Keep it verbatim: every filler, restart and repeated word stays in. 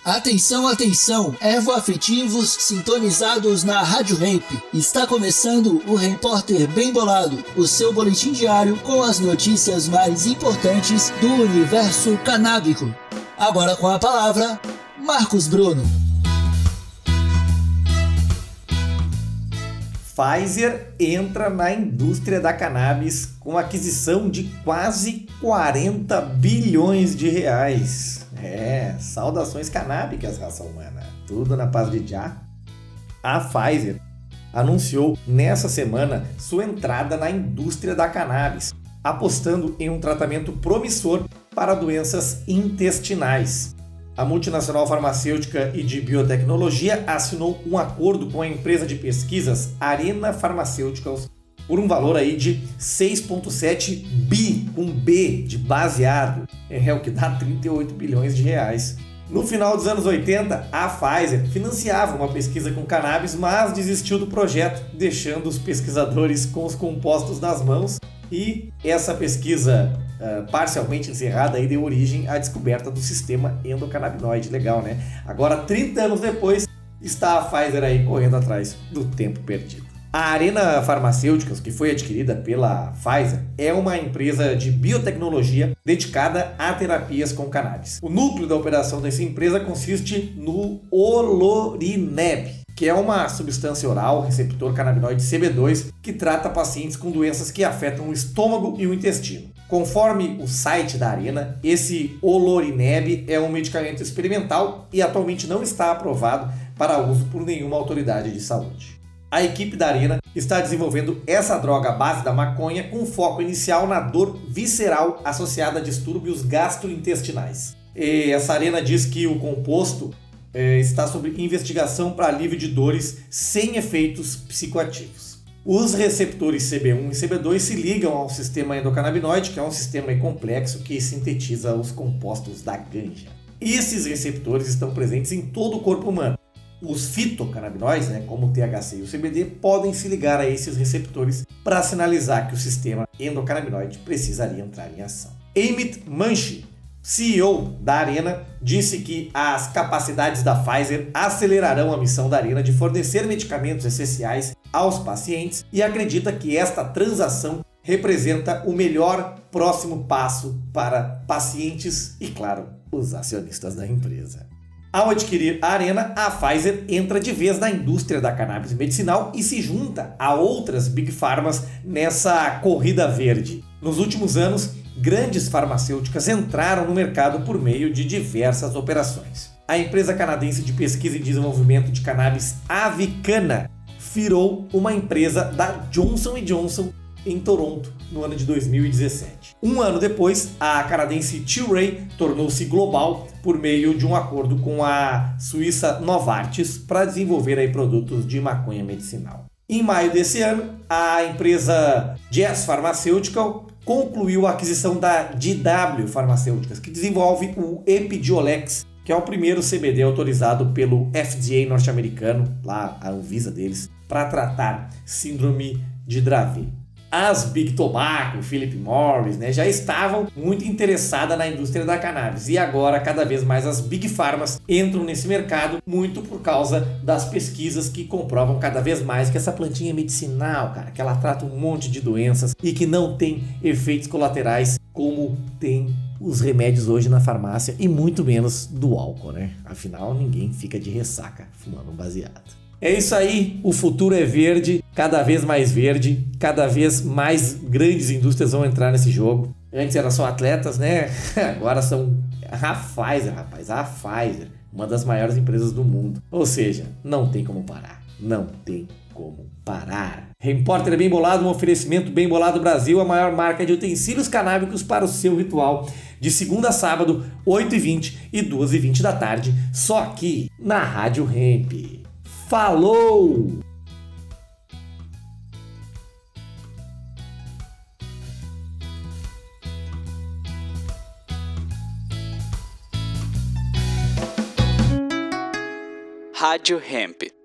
Atenção, atenção, ervoafetivos sintonizados na Rádio Hemp. Está começando o Repórter Bem Bolado, o seu boletim diário com as notícias mais importantes do universo canábico. Agora com a palavra, Marcos Bruno. Pfizer entra na indústria da cannabis com aquisição de quase quarenta bilhões de reais. É, saudações canábicas, raça humana. Tudo na paz de Já. A Pfizer anunciou nessa semana sua entrada na indústria da cannabis, apostando em um tratamento promissor para doenças intestinais. A multinacional farmacêutica e de biotecnologia assinou um acordo com a empresa de pesquisas Arena Pharmaceuticals por um valor aí de seis vírgula sete bi, com B de baseado, é o que dá trinta e oito bilhões de reais. No final dos anos oitenta, a Pfizer financiava uma pesquisa com cannabis, mas desistiu do projeto, deixando os pesquisadores com os compostos nas mãos, e essa pesquisa uh, parcialmente encerrada aí deu origem à descoberta do sistema endocannabinoide. Legal, né? Agora, trinta anos depois, está a Pfizer aí correndo atrás do tempo perdido. A Arena Pharmaceuticals, que foi adquirida pela Pfizer, é uma empresa de biotecnologia dedicada a terapias com cannabis. O núcleo da operação dessa empresa consiste no Olorineb, que é uma substância oral, receptor canabinoide C B dois, que trata pacientes com doenças que afetam o estômago e o intestino. Conforme o site da Arena, esse Olorineb é um medicamento experimental e atualmente não está aprovado para uso por nenhuma autoridade de saúde. A equipe da Arena está desenvolvendo essa droga à base da maconha com foco inicial na dor visceral associada a distúrbios gastrointestinais. E essa Arena diz que o composto é, está sob investigação para alívio de dores sem efeitos psicoativos. Os receptores C B um e C B dois se ligam ao sistema endocannabinoide, que é um sistema complexo que sintetiza os compostos da ganja. Esses receptores estão presentes em todo o corpo humano. Os fitocannabinoides, né, como o T H C e o C B D, podem se ligar a esses receptores para sinalizar que o sistema endocannabinoide precisaria entrar em ação. Amit Manshi, C E O da Arena, disse que as capacidades da Pfizer acelerarão a missão da Arena de fornecer medicamentos essenciais aos pacientes e acredita que esta transação representa o melhor próximo passo para pacientes e, claro, os acionistas da empresa. Ao adquirir a Arena, a Pfizer entra de vez na indústria da cannabis medicinal e se junta a outras Big Pharmas nessa corrida verde. Nos últimos anos, grandes farmacêuticas entraram no mercado por meio de diversas operações. A empresa canadense de pesquisa e desenvolvimento de cannabis Avicanna virou uma empresa da Johnson e Johnson em Toronto, no ano de dois mil e dezessete. Um ano depois, a canadense Tilray tornou-se global por meio de um acordo com a suíça Novartis para desenvolver aí produtos de maconha medicinal. Em maio desse ano, a empresa Jazz Pharmaceutical concluiu a aquisição da D W Pharmaceuticals, que desenvolve o Epidiolex, que é o primeiro C B D autorizado pelo F D A norte-americano, lá a Anvisa deles, para tratar síndrome de Dravet. As Big Tobacco, Philip Morris, né, já estavam muito interessadas na indústria da cannabis e agora cada vez mais as Big Pharmas entram nesse mercado muito por causa das pesquisas que comprovam cada vez mais que essa plantinha é medicinal, cara, que ela trata um monte de doenças e que não tem efeitos colaterais como tem os remédios hoje na farmácia e muito menos do álcool, né? Afinal, ninguém fica de ressaca fumando um baseado. É isso aí, o futuro é verde, cada vez mais verde, cada vez mais grandes indústrias vão entrar nesse jogo. Antes eram só atletas, né? Agora são a Pfizer, rapaz, a Pfizer, uma das maiores empresas do mundo. Ou seja, não tem como parar, não tem como parar. Repórter Bem Bolado, um oferecimento Bem Bolado Brasil, a maior marca de utensílios canábicos para o seu ritual. De segunda a sábado, oito e vinte e duas e vinte da tarde, só aqui na Rádio Hemp. Falou! Rádio Hemp.